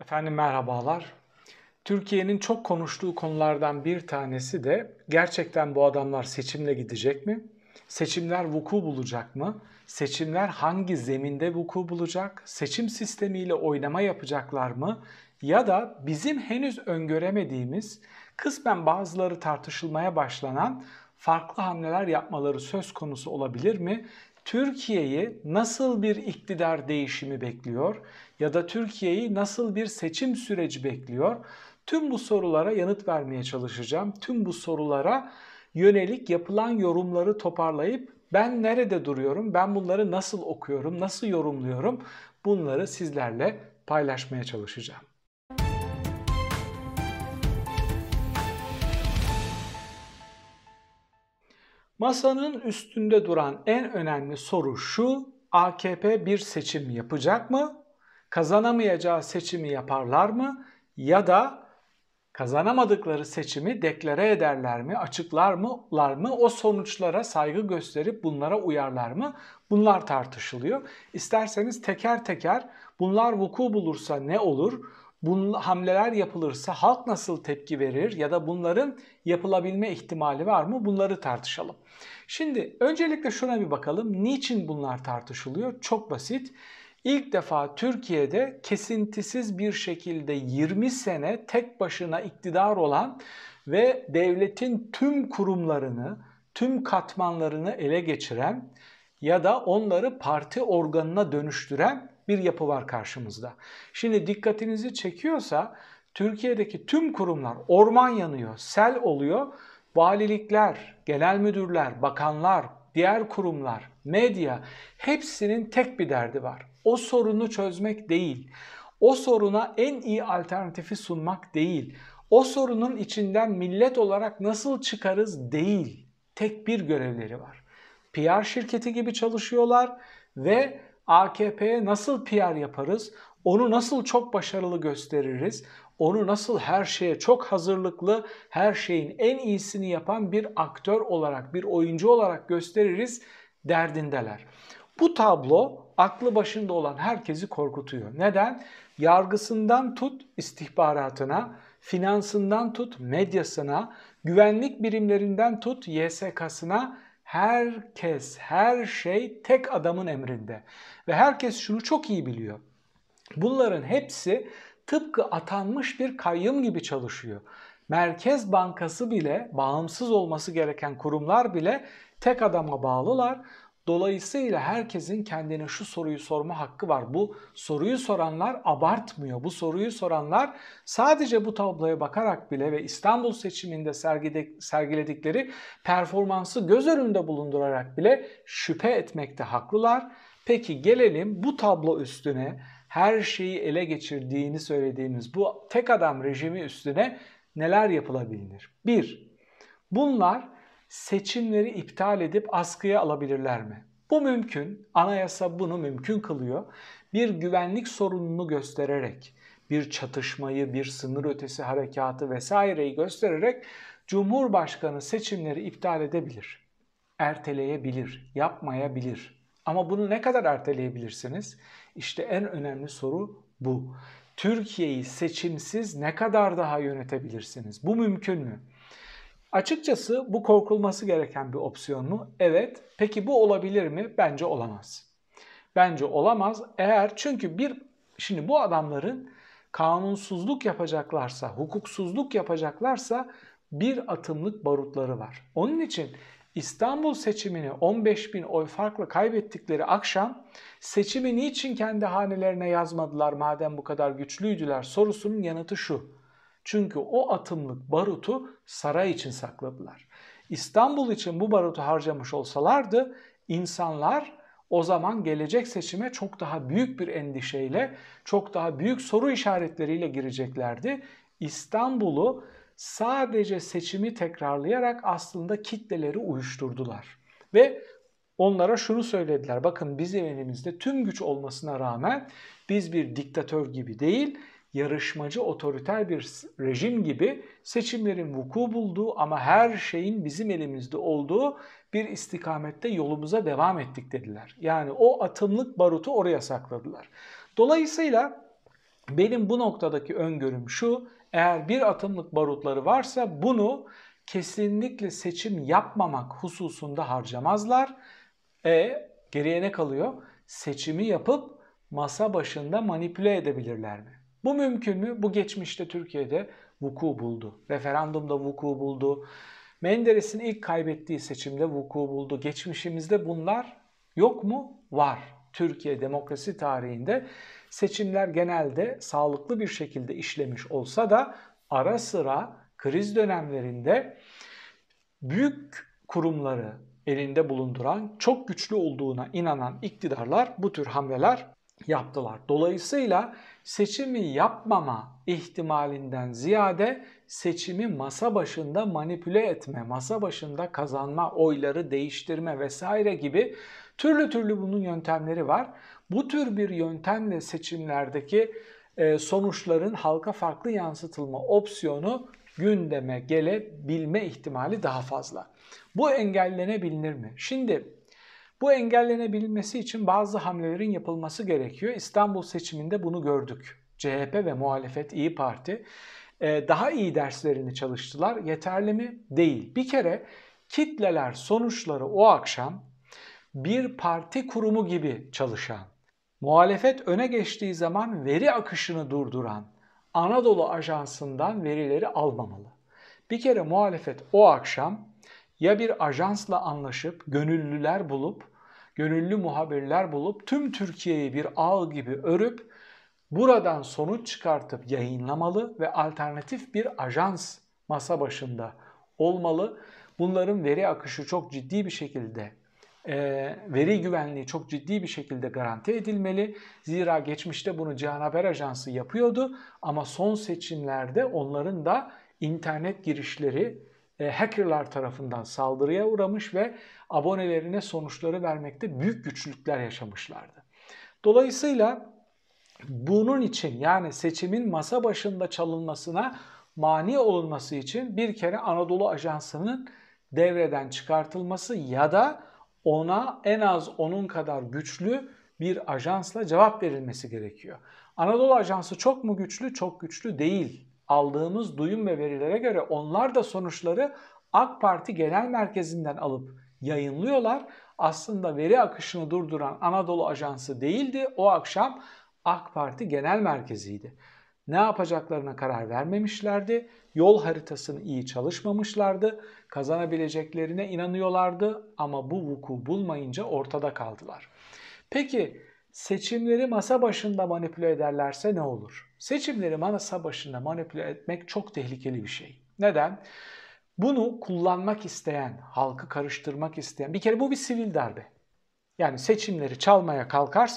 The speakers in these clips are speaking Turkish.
Efendim merhabalar. Türkiye'nin çok konuştuğu konulardan bir tanesi de gerçekten bu adamlar seçimle gidecek mi? Seçimler vuku bulacak mı? Seçimler hangi zeminde vuku bulacak? Seçim sistemiyle oynama yapacaklar mı? Ya da bizim henüz öngöremediğimiz, kısmen bazıları tartışılmaya başlanan farklı hamleler yapmaları söz konusu olabilir mi? Türkiye'yi nasıl bir iktidar değişimi bekliyor ya da Türkiye'yi nasıl bir seçim süreci bekliyor? Tüm bu sorulara yanıt vermeye çalışacağım. Tüm bu sorulara yönelik yapılan yorumları toparlayıp ben nerede duruyorum, ben bunları nasıl okuyorum, nasıl yorumluyorum bunları sizlerle paylaşmaya çalışacağım. Masanın üstünde duran en önemli soru şu: AKP bir seçim yapacak mı? Kazanamayacağı seçimi yaparlar mı? Ya da kazanamadıkları seçimi deklare ederler mi, açıklarlar mı, o sonuçlara saygı gösterip bunlara uyarlar mı? Bunlar tartışılıyor. İsterseniz teker teker bunlar vuku bulursa ne olur? Bu hamleler yapılırsa halk nasıl tepki verir ya da bunların yapılabilme ihtimali var mı? Bunları tartışalım. Şimdi öncelikle şuna bir bakalım. Niçin bunlar tartışılıyor? Çok basit. İlk defa Türkiye'de kesintisiz bir şekilde 20 sene tek başına iktidar olan ve devletin tüm kurumlarını, tüm katmanlarını ele geçiren ya da onları parti organına dönüştüren bir yapı var karşımızda. Şimdi dikkatinizi çekiyorsa Türkiye'deki tüm kurumlar, orman yanıyor, sel oluyor, valilikler, genel müdürler, bakanlar, diğer kurumlar, medya hepsinin tek bir derdi var. O sorunu çözmek değil, o soruna en iyi alternatifi sunmak değil, o sorunun içinden millet olarak nasıl çıkarız değil, tek bir görevleri var. PR şirketi gibi çalışıyorlar ve AKP'ye nasıl PR yaparız, onu nasıl çok başarılı gösteririz, onu nasıl her şeye çok hazırlıklı, her şeyin en iyisini yapan bir aktör olarak, bir oyuncu olarak gösteririz derdindeler. Bu tablo aklı başında olan herkesi korkutuyor. Neden? Yargısından tut istihbaratına, finansından tut medyasına, güvenlik birimlerinden tut YSK'sına herkes, her şey tek adamın emrinde. Ve herkes şunu çok iyi biliyor. Bunların hepsi tıpkı atanmış bir kayyum gibi çalışıyor. Merkez Bankası bile, bağımsız olması gereken kurumlar bile tek adama bağlılar. Dolayısıyla herkesin kendine şu soruyu sorma hakkı var. Bu soruyu soranlar abartmıyor. Bu soruyu soranlar sadece bu tabloya bakarak bile ve İstanbul seçiminde sergiledikleri performansı göz önünde bulundurarak bile şüphe etmekte haklılar. Peki gelelim bu tablo üstüne, her şeyi ele geçirdiğini söylediğimiz bu tek adam rejimi üstüne neler yapılabilir? 1. Bunlar seçimleri iptal edip askıya alabilirler mi? Bu mümkün. Anayasa bunu mümkün kılıyor. Bir güvenlik sorununu göstererek, bir çatışmayı, bir sınır ötesi harekatı vesaireyi göstererek Cumhurbaşkanı seçimleri iptal edebilir, erteleyebilir, yapmayabilir. Ama bunu ne kadar erteleyebilirsiniz? İşte en önemli soru bu. Türkiye'yi seçimsiz ne kadar daha yönetebilirsiniz? Bu mümkün mü? Açıkçası bu korkulması gereken bir opsiyon mu? Evet. Peki bu olabilir mi? Bence olamaz. Bence olamaz. Şimdi bu adamların kanunsuzluk yapacaklarsa, hukuksuzluk yapacaklarsa bir atımlık barutları var. Onun için İstanbul seçimini 15 bin oy farklı kaybettikleri akşam seçimi niçin kendi hanelerine yazmadılar madem bu kadar güçlüydüler sorusunun yanıtı şu: çünkü o atımlık barutu saray için sakladılar. İstanbul için bu barutu harcamış olsalardı insanlar o zaman gelecek seçime çok daha büyük bir endişeyle, çok daha büyük soru işaretleriyle gireceklerdi. İstanbul'u sadece seçimi tekrarlayarak aslında kitleleri uyuşturdular. Ve onlara şunu söylediler: bakın bizim elimizde tüm güç olmasına rağmen biz bir diktatör gibi değil, yarışmacı otoriter bir rejim gibi seçimlerin vuku bulduğu ama her şeyin bizim elimizde olduğu bir istikamette yolumuza devam ettik dediler. Yani o atımlık barutu oraya sakladılar. Dolayısıyla Benim bu noktadaki öngörüm şu: eğer bir atımlık barutları varsa bunu kesinlikle seçim yapmamak hususunda harcamazlar. Geriye ne kalıyor? Seçimi yapıp masa başında manipüle edebilirler mi? Bu mümkün mü? Bu geçmişte Türkiye'de vuku buldu. Referandumda vuku buldu. Menderes'in ilk kaybettiği seçimde vuku buldu. Geçmişimizde bunlar yok mu? Var. Türkiye demokrasi tarihinde seçimler genelde sağlıklı bir şekilde işlemiş olsa da ara sıra kriz dönemlerinde büyük kurumları elinde bulunduran, çok güçlü olduğuna inanan iktidarlar bu tür hamleler yaptılar. Dolayısıyla seçimi yapmama ihtimalinden ziyade seçimi masa başında manipüle etme, masa başında kazanma, oyları değiştirme vesaire gibi türlü bunun yöntemleri var. Bu tür bir yöntemle seçimlerdeki sonuçların halka farklı yansıtılma opsiyonu gündeme gelebilme ihtimali daha fazla. Bu engellenebilir mi? Şimdi bu engellenebilmesi için bazı hamlelerin yapılması gerekiyor. İstanbul seçiminde bunu gördük. CHP ve muhalefet İYİ Parti daha iyi derslerini çalıştılar. Yeterli mi? Değil. Bir kere kitleler sonuçları o akşam bir parti kurumu gibi çalışan, muhalefet öne geçtiği zaman veri akışını durduran Anadolu Ajansı'ndan verileri almamalı. Bir kere muhalefet o akşam ya bir ajansla anlaşıp gönüllüler bulup, gönüllü muhabirler bulup tüm Türkiye'yi bir ağ gibi örüp buradan sonuç çıkartıp yayınlamalı ve alternatif bir ajans masa başında olmalı. Bunların veri akışı çok ciddi bir şekilde, veri güvenliği çok ciddi bir şekilde garanti edilmeli. Zira geçmişte bunu Cihan Haber Ajansı yapıyordu ama son seçimlerde onların da internet girişleri hackerlar tarafından saldırıya uğramış ve abonelerine sonuçları vermekte büyük güçlükler yaşamışlardı. Dolayısıyla bunun için, yani seçimin masa başında çalınmasına mani olunması için bir kere Anadolu Ajansı'nın devreden çıkartılması ya da ona en az onun kadar güçlü bir ajansla cevap verilmesi gerekiyor. Anadolu Ajansı çok mu güçlü? Çok güçlü değil. Aldığımız duyum ve verilere göre onlar da sonuçları AK Parti Genel Merkezi'nden alıp yayınlıyorlar. Aslında veri akışını durduran Anadolu Ajansı değildi. O akşam AK Parti Genel Merkezi'ydi. Ne yapacaklarına karar vermemişlerdi. Yol haritasını iyi çalışmamışlardı. Kazanabileceklerine inanıyorlardı ama bu vuku bulmayınca ortada kaldılar. Peki seçimleri masa başında manipüle ederlerse ne olur? Seçimleri masa başında manipüle etmek çok tehlikeli bir şey. Neden? Bunu kullanmak isteyen, halkı karıştırmak isteyen, bir kere bu bir sivil darbe. Yani seçimleri çalmaya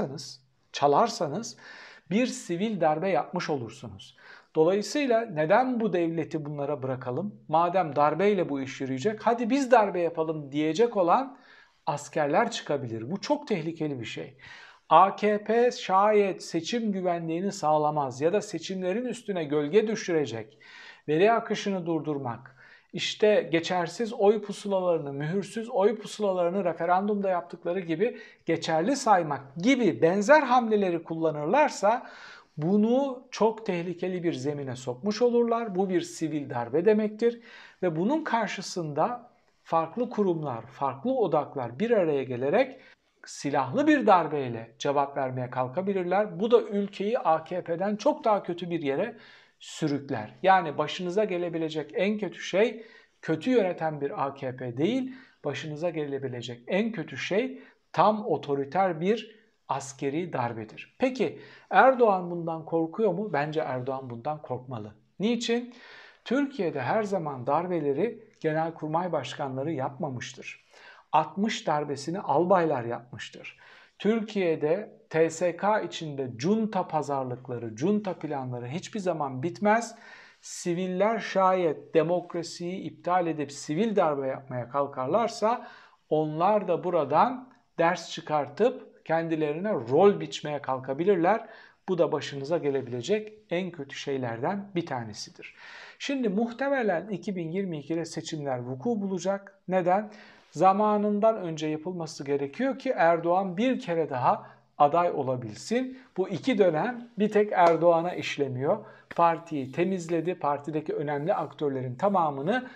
çalarsanız bir sivil darbe yapmış olursunuz. Dolayısıyla neden bu devleti bunlara bırakalım? Madem darbeyle bu iş yürüyecek, hadi biz darbe yapalım diyecek olan askerler çıkabilir. Bu çok tehlikeli bir şey. AKP şayet seçim güvenliğini sağlamaz ya da seçimlerin üstüne gölge düşürecek, veri akışını durdurmak, İşte geçersiz oy pusulalarını, mühürsüz oy pusulalarını referandumda yaptıkları gibi geçerli saymak gibi benzer hamleleri kullanırlarsa bunu çok tehlikeli bir zemine sokmuş olurlar. Bu bir sivil darbe demektir ve bunun karşısında farklı kurumlar, farklı odaklar bir araya gelerek silahlı bir darbeyle cevap vermeye kalkabilirler. Bu da ülkeyi AKP'den çok daha kötü bir yere sürükler. Yani başınıza gelebilecek en kötü şey kötü yöneten bir AKP değil, başınıza gelebilecek en kötü şey tam otoriter bir askeri darbedir. Peki Erdoğan bundan korkuyor mu? Bence Erdoğan bundan korkmalı. Niçin? Türkiye'de her zaman darbeleri genelkurmay başkanları yapmamıştır. 60 darbesini albaylar yapmıştır. Türkiye'de TSK içinde junta pazarlıkları, junta planları hiçbir zaman bitmez. Siviller şayet demokrasiyi iptal edip sivil darbe yapmaya kalkarlarsa onlar da buradan ders çıkartıp kendilerine rol biçmeye kalkabilirler. Bu da başınıza gelebilecek en kötü şeylerden bir tanesidir. Şimdi muhtemelen 2022'de seçimler vuku bulacak. Neden? Zamanından önce yapılması gerekiyor ki Erdoğan bir kere daha aday olabilsin. Bu 2 dönem bir tek Erdoğan'a işlemiyor. Partiyi temizledi, partideki önemli aktörlerin tamamını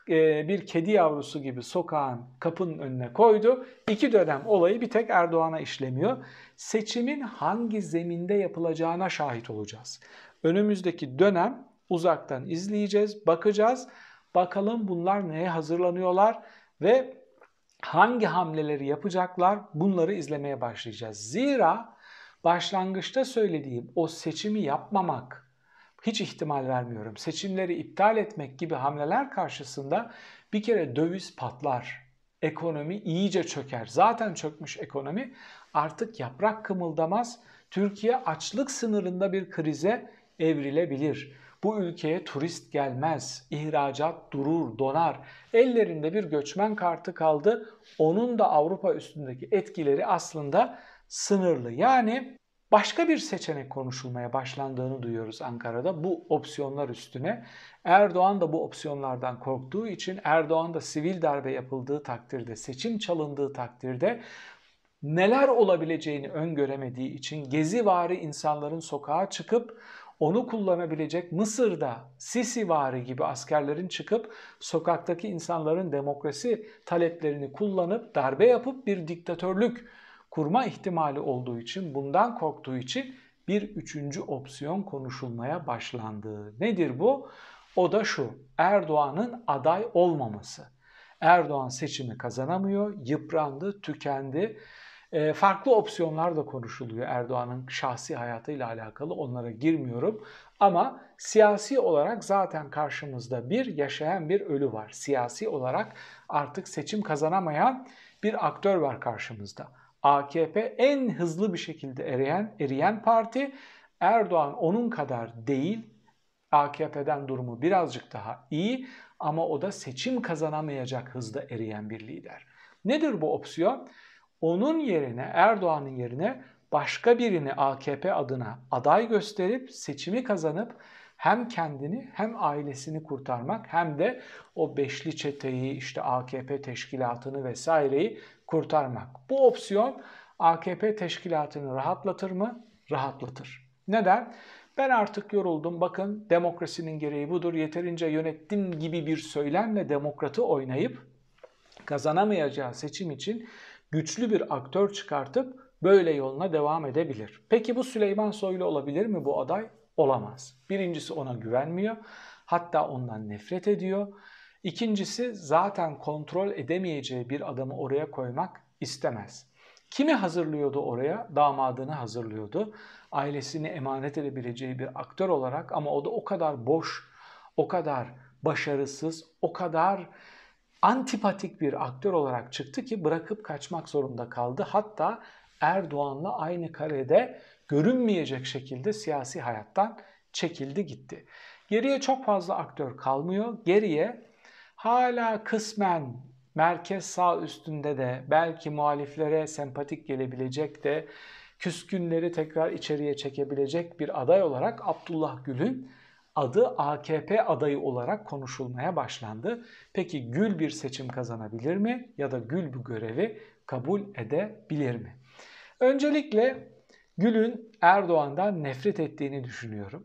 bir kedi yavrusu gibi sokağın kapının önüne koydu. 2 dönem olayı bir tek Erdoğan'a işlemiyor. Seçimin hangi zeminde yapılacağına şahit olacağız. Önümüzdeki dönem uzaktan izleyeceğiz, bakacağız. Bakalım bunlar neye hazırlanıyorlar ve hangi hamleleri yapacaklar, bunları izlemeye başlayacağız. Zira başlangıçta söylediğim o seçimi yapmamak, hiç ihtimal vermiyorum, seçimleri iptal etmek gibi hamleler karşısında bir kere döviz patlar, ekonomi iyice çöker. Zaten çökmüş ekonomi artık yaprak kımıldamaz. Türkiye açlık sınırında bir krize evrilebilir. Bu ülkeye turist gelmez, ihracat durur, donar. Ellerinde bir göçmen kartı kaldı. Onun da Avrupa üstündeki etkileri aslında sınırlı. Yani başka bir seçenek konuşulmaya başlandığını duyuyoruz Ankara'da bu opsiyonlar üstüne. Erdoğan da bu opsiyonlardan korktuğu için, Erdoğan da sivil darbe yapıldığı takdirde, seçim çalındığı takdirde neler olabileceğini öngöremediği için gezivari insanların sokağa çıkıp onu kullanabilecek, Mısır'da Sisivari gibi askerlerin çıkıp sokaktaki insanların demokrasi taleplerini kullanıp darbe yapıp bir diktatörlük kurma ihtimali olduğu için, bundan korktuğu için bir 3. opsiyon konuşulmaya başlandı. Nedir bu? O da şu: Erdoğan'ın aday olmaması. Erdoğan seçimi kazanamıyor, yıprandı, tükendi. Farklı opsiyonlar da konuşuluyor Erdoğan'ın şahsi hayatıyla alakalı, onlara girmiyorum. Ama siyasi olarak zaten karşımızda bir yaşayan bir ölü var. Siyasi olarak artık seçim kazanamayan bir aktör var karşımızda. AKP en hızlı bir şekilde eriyen parti. Erdoğan onun kadar değil. AKP'den durumu birazcık daha iyi ama o da seçim kazanamayacak hızda eriyen bir lider. Nedir bu opsiyon? Onun yerine, Erdoğan'ın yerine başka birini AKP adına aday gösterip seçimi kazanıp hem kendini hem ailesini kurtarmak hem de o beşli çeteyi, işte AKP teşkilatını vesaireyi kurtarmak. Bu opsiyon AKP teşkilatını rahatlatır mı? Rahatlatır. Neden? Ben artık yoruldum, bakın demokrasinin gereği budur, yeterince yönettim gibi bir söylemle demokratı oynayıp kazanamayacağı seçim için güçlü bir aktör çıkartıp böyle yoluna devam edebilir. Peki bu Süleyman Soylu olabilir mi bu aday? Olamaz. Birincisi ona güvenmiyor. Hatta ondan nefret ediyor. İkincisi zaten kontrol edemeyeceği bir adamı oraya koymak istemez. Kimi hazırlıyordu oraya? Damadını hazırlıyordu. Ailesini emanet edebileceği bir aktör olarak, ama o da o kadar boş, o kadar başarısız, o kadar antipatik bir aktör olarak çıktı ki bırakıp kaçmak zorunda kaldı. Hatta Erdoğan'la aynı karede görünmeyecek şekilde siyasi hayattan çekildi gitti. Geriye çok fazla aktör kalmıyor. Geriye hala kısmen merkez sağ üstünde de belki muhaliflere sempatik gelebilecek de küskünleri tekrar içeriye çekebilecek bir aday olarak Abdullah Gül'ün adı AKP adayı olarak konuşulmaya başlandı. Peki Gül bir seçim kazanabilir mi? Ya da Gül bu görevi kabul edebilir mi? Öncelikle Gül'ün Erdoğan'dan nefret ettiğini düşünüyorum.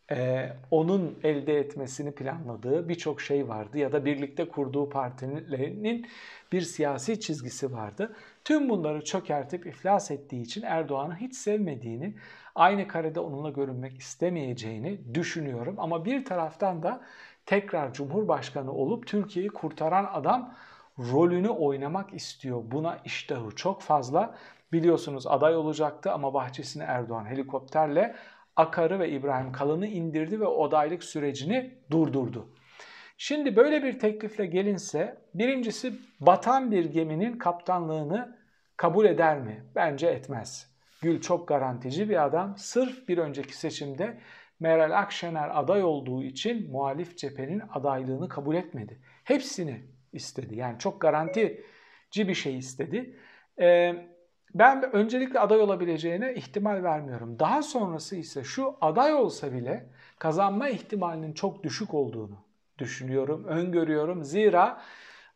Onun elde etmesini planladığı birçok şey vardı ya da birlikte kurduğu partilerinin bir siyasi çizgisi vardı. Tüm bunları çökertip iflas ettiği için Erdoğan'ı hiç sevmediğini, aynı karede onunla görünmek istemeyeceğini düşünüyorum. Ama bir taraftan da tekrar Cumhurbaşkanı olup Türkiye'yi kurtaran adam rolünü oynamak istiyor. Buna iştahı çok fazla. Biliyorsunuz aday olacaktı ama bahçesine Erdoğan helikopterle Akar'ı ve İbrahim Kalın'ı indirdi ve adaylık sürecini durdurdu. Şimdi böyle bir teklifle gelinse, birincisi batan bir geminin kaptanlığını kabul eder mi? Bence etmez. Gül çok garantici bir adam. Sırf bir önceki seçimde Meral Akşener aday olduğu için muhalif cephenin adaylığını kabul etmedi. Hepsini istedi. Yani çok garantici bir şey istedi. Ben öncelikle aday olabileceğine ihtimal vermiyorum. Daha sonrası ise şu: aday olsa bile kazanma ihtimalinin çok düşük olduğunu düşünüyorum, öngörüyorum. Zira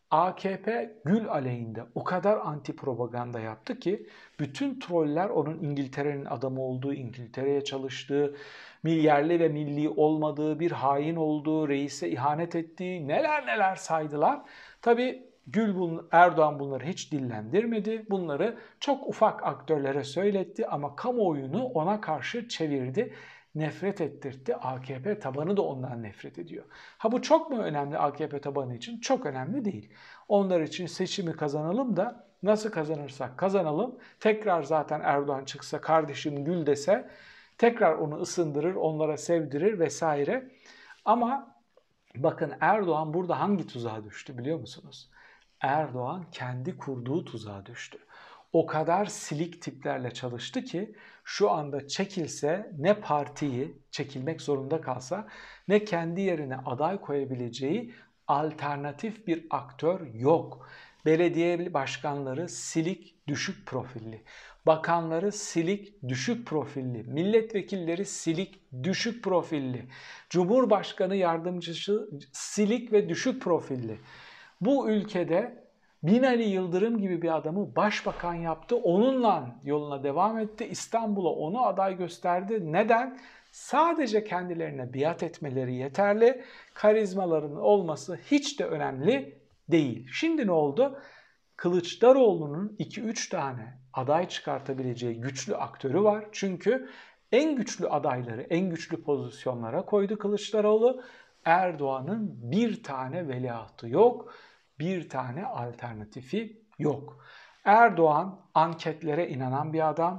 AKP Gül aleyhinde o kadar anti propaganda yaptı ki bütün troller onun İngiltere'nin adamı olduğu, İngiltere'ye çalıştığı, yerli ve milli olmadığı, bir hain olduğu, reise ihanet ettiği neler neler saydılar. Tabii Erdoğan bunları hiç dillendirmedi. Bunları çok ufak aktörlere söyletti ama kamuoyunu ona karşı çevirdi. Nefret ettirtti. AKP tabanı da ondan nefret ediyor. Ha bu çok mu önemli AKP tabanı için? Çok önemli değil. Onlar için seçimi kazanalım da nasıl kazanırsak kazanalım. Tekrar zaten Erdoğan çıksa, kardeşim Gül dese tekrar onu ısındırır, onlara sevdirir vesaire. Ama bakın Erdoğan burada hangi tuzağa düştü biliyor musunuz? Erdoğan kendi kurduğu tuzağa düştü. O kadar silik tiplerle çalıştı ki şu anda çekilse ne partiyi çekilmek zorunda kalsa ne kendi yerine aday koyabileceği alternatif bir aktör yok. Belediye başkanları silik, düşük profilli. Bakanları silik, düşük profilli. Milletvekilleri silik, düşük profilli. Cumhurbaşkanı yardımcısı silik ve düşük profilli. Bu ülkede Binali Yıldırım gibi bir adamı başbakan yaptı. Onunla yoluna devam etti. İstanbul'a onu aday gösterdi. Neden? Sadece kendilerine biat etmeleri yeterli. Karizmalarının olması hiç de önemli değil. Şimdi ne oldu? Kılıçdaroğlu'nun 2-3 tane aday çıkartabileceği güçlü aktörü var. Çünkü en güçlü adayları en güçlü pozisyonlara koydu Kılıçdaroğlu. Erdoğan'ın bir tane veliahtı yok, bir tane alternatifi yok. Erdoğan anketlere inanan bir adam,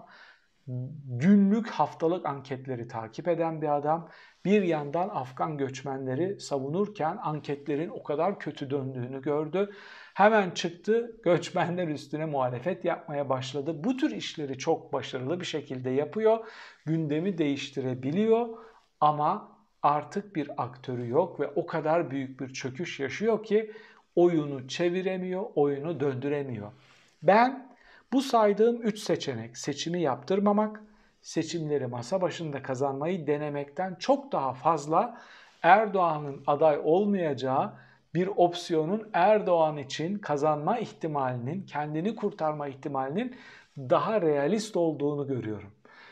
günlük haftalık anketleri takip eden bir adam. Bir yandan Afgan göçmenleri savunurken anketlerin o kadar kötü döndüğünü gördü. Hemen çıktı, göçmenler üstüne muhalefet yapmaya başladı. Bu tür işleri çok başarılı bir şekilde yapıyor. Gündemi değiştirebiliyor ama artık bir aktörü yok ve o kadar büyük bir çöküş yaşıyor ki oyunu çeviremiyor, oyunu döndüremiyor. Ben bu saydığım 3 seçenek, seçimi yaptırmamak, seçimleri masa başında kazanmayı denemekten çok daha fazla Erdoğan'ın aday olmayacağı bir opsiyonun Erdoğan için kazanma ihtimalinin, kendini kurtarma ihtimalinin daha realist olduğunu görüyorum.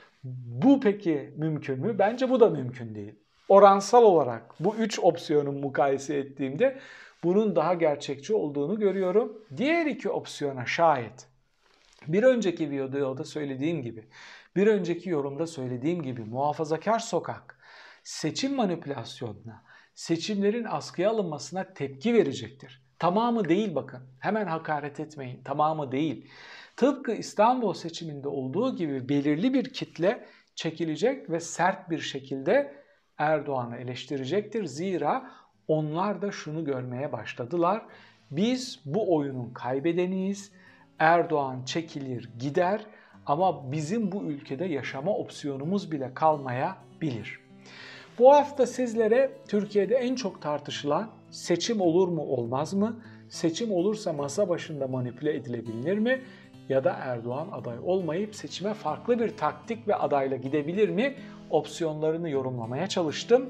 Bu peki mümkün mü? Bence bu da mümkün değil. Oransal olarak bu 3 opsiyonu mukayese ettiğimde bunun daha gerçekçi olduğunu görüyorum. Diğer 2 opsiyona şayet bir önceki videoda söylediğim gibi, bir önceki yorumda söylediğim gibi muhafazakar sokak seçim manipülasyonuna, seçimlerin askıya alınmasına tepki verecektir. Tamamı değil bakın. Hemen hakaret etmeyin. Tamamı değil. Tıpkı İstanbul seçiminde olduğu gibi belirli bir kitle çekilecek ve sert bir şekilde Erdoğan'ı eleştirecektir. Zira onlar da şunu görmeye başladılar. Biz bu oyunun kaybedeniyiz. Erdoğan çekilir gider ama bizim bu ülkede yaşama opsiyonumuz bile kalmayabilir. Bu hafta sizlere Türkiye'de en çok tartışılan seçim olur mu olmaz mı? Seçim olursa masa başında manipüle edilebilir mi? Ya da Erdoğan aday olmayıp seçime farklı bir taktik ve adayla gidebilir mi? Opsiyonlarını yorumlamaya çalıştım.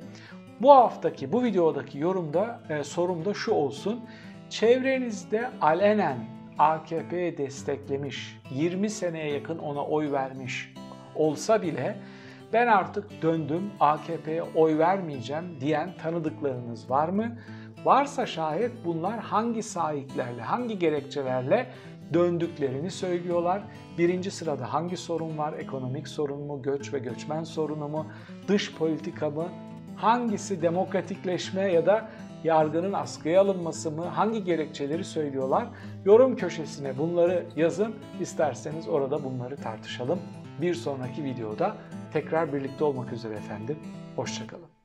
Bu videodaki sorum da şu olsun. Çevrenizde alenen AKP'yi desteklemiş, 20 seneye yakın ona oy vermiş olsa bile ben artık döndüm AKP'ye oy vermeyeceğim diyen tanıdıklarınız var mı? Varsa şayet bunlar hangi sahiplerle, hangi gerekçelerle döndüklerini söylüyorlar. Birinci sırada hangi sorun var? Ekonomik sorun mu? Göç ve göçmen sorunu mu? Dış politika mı? Hangisi demokratikleşme ya da yargının askıya alınması mı? Hangi gerekçeleri söylüyorlar? Yorum köşesine bunları yazın. İsterseniz orada bunları tartışalım. Bir sonraki videoda tekrar birlikte olmak üzere efendim. Hoşça kalın.